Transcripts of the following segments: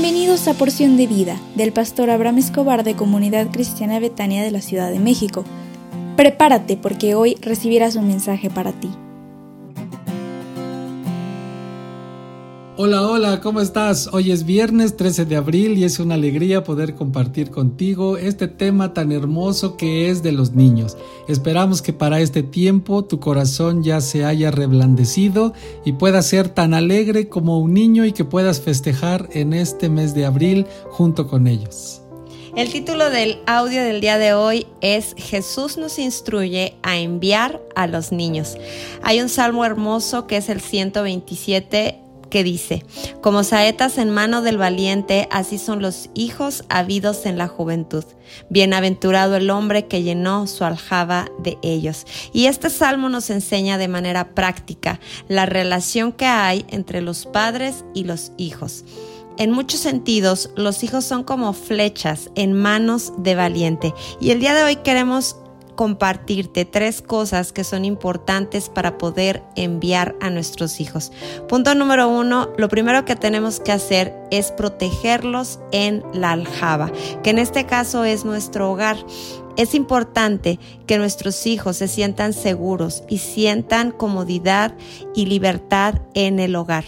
Bienvenidos a Porción de Vida, del pastor Abraham Escobar de Comunidad Cristiana Betania de la Ciudad de México. Prepárate porque hoy recibirás un mensaje para ti. Hola, ¿cómo estás? Hoy es viernes 13 de abril y es una alegría poder compartir contigo este tema tan hermoso que es de los niños. Esperamos que para este tiempo tu corazón ya se haya reblandecido y puedas ser tan alegre como un niño y que puedas festejar en este mes de abril junto con ellos. El título del audio del día de hoy es Jesús nos instruye a enviar a los niños. Hay un salmo hermoso que es el 127 que dice: como saetas en mano del valiente, así son los hijos habidos en la juventud. Bienaventurado el hombre que llenó su aljaba de ellos. Y este salmo nos enseña de manera práctica la relación que hay entre los padres y los hijos. En muchos sentidos, los hijos son como flechas en manos de valiente. Y el día de hoy queremos compartirte 3 cosas que son importantes para poder enviar a nuestros hijos. Punto número 1, lo primero que tenemos que hacer es protegerlos en la aljaba, que en este caso es nuestro hogar. Es importante que nuestros hijos se sientan seguros y sientan comodidad y libertad en el hogar.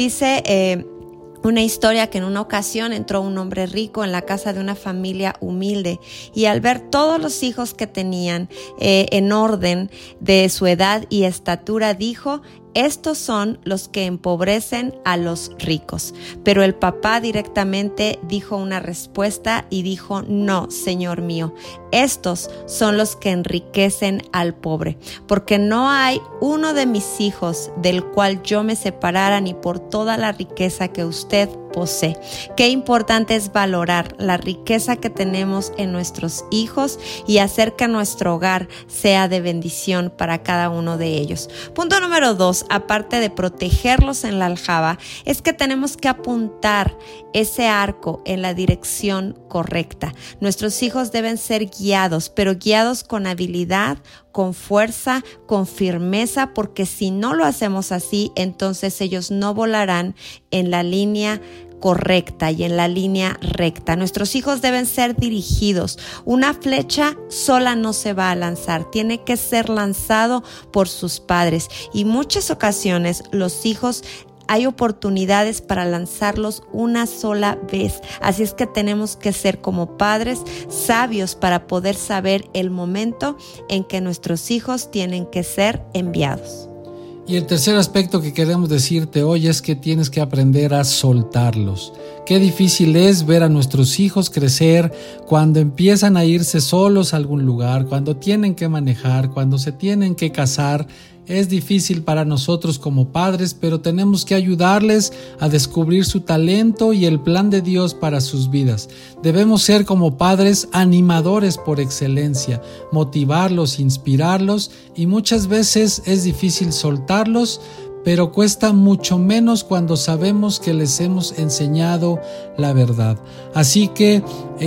Dice una historia que en una ocasión entró un hombre rico en la casa de una familia humilde y al ver todos los hijos que tenían en orden de su edad y estatura dijo: estos son los que empobrecen a los ricos. Pero el papá directamente dijo una respuesta y dijo: no, Señor mío, estos son los que enriquecen al pobre, porque no hay uno de mis hijos del cual yo me separara ni por toda la riqueza que usted posee. Qué importante es valorar la riqueza que tenemos en nuestros hijos y hacer que nuestro hogar sea de bendición para cada uno de ellos. Punto número 2, aparte de protegerlos en la aljaba, es que tenemos que apuntar ese arco en la dirección correcta. Nuestros hijos deben ser guiados, pero guiados con habilidad, con fuerza, con firmeza, porque si no lo hacemos así, entonces ellos no volarán en la línea correcta y en la línea recta. Nuestros hijos deben ser dirigidos. Una flecha sola no se va a lanzar, tiene que ser lanzado por sus padres. Y muchas ocasiones los hijos hay oportunidades para lanzarlos una sola vez. Así es que tenemos que ser como padres sabios para poder saber el momento en que nuestros hijos tienen que ser enviados. Y el tercer aspecto que queremos decirte hoy es que tienes que aprender a soltarlos. Qué difícil es ver a nuestros hijos crecer cuando empiezan a irse solos a algún lugar, cuando tienen que manejar, cuando se tienen que casar. Es difícil para nosotros como padres, pero tenemos que ayudarles a descubrir su talento y el plan de Dios para sus vidas. Debemos ser como padres animadores por excelencia, motivarlos, inspirarlos, y muchas veces es difícil soltarlos, pero cuesta mucho menos cuando sabemos que les hemos enseñado la verdad. Así que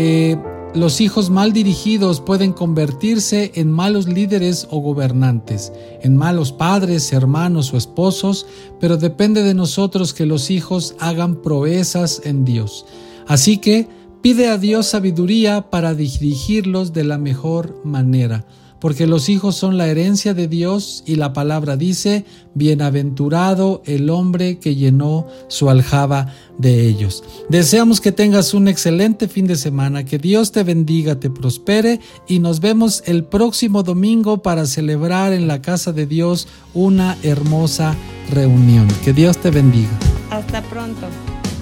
los hijos mal dirigidos pueden convertirse en malos líderes o gobernantes, en malos padres, hermanos o esposos, pero depende de nosotros que los hijos hagan proezas en Dios. Así que pide a Dios sabiduría para dirigirlos de la mejor manera, porque los hijos son la herencia de Dios y la palabra dice: bienaventurado el hombre que llenó su aljaba de ellos. Deseamos que tengas un excelente fin de semana, que Dios te bendiga, te prospere y nos vemos el próximo domingo para celebrar en la casa de Dios una hermosa reunión. Que Dios te bendiga. Hasta pronto.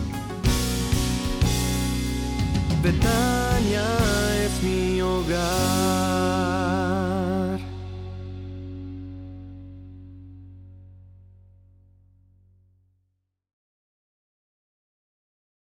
Betania es mi hogar.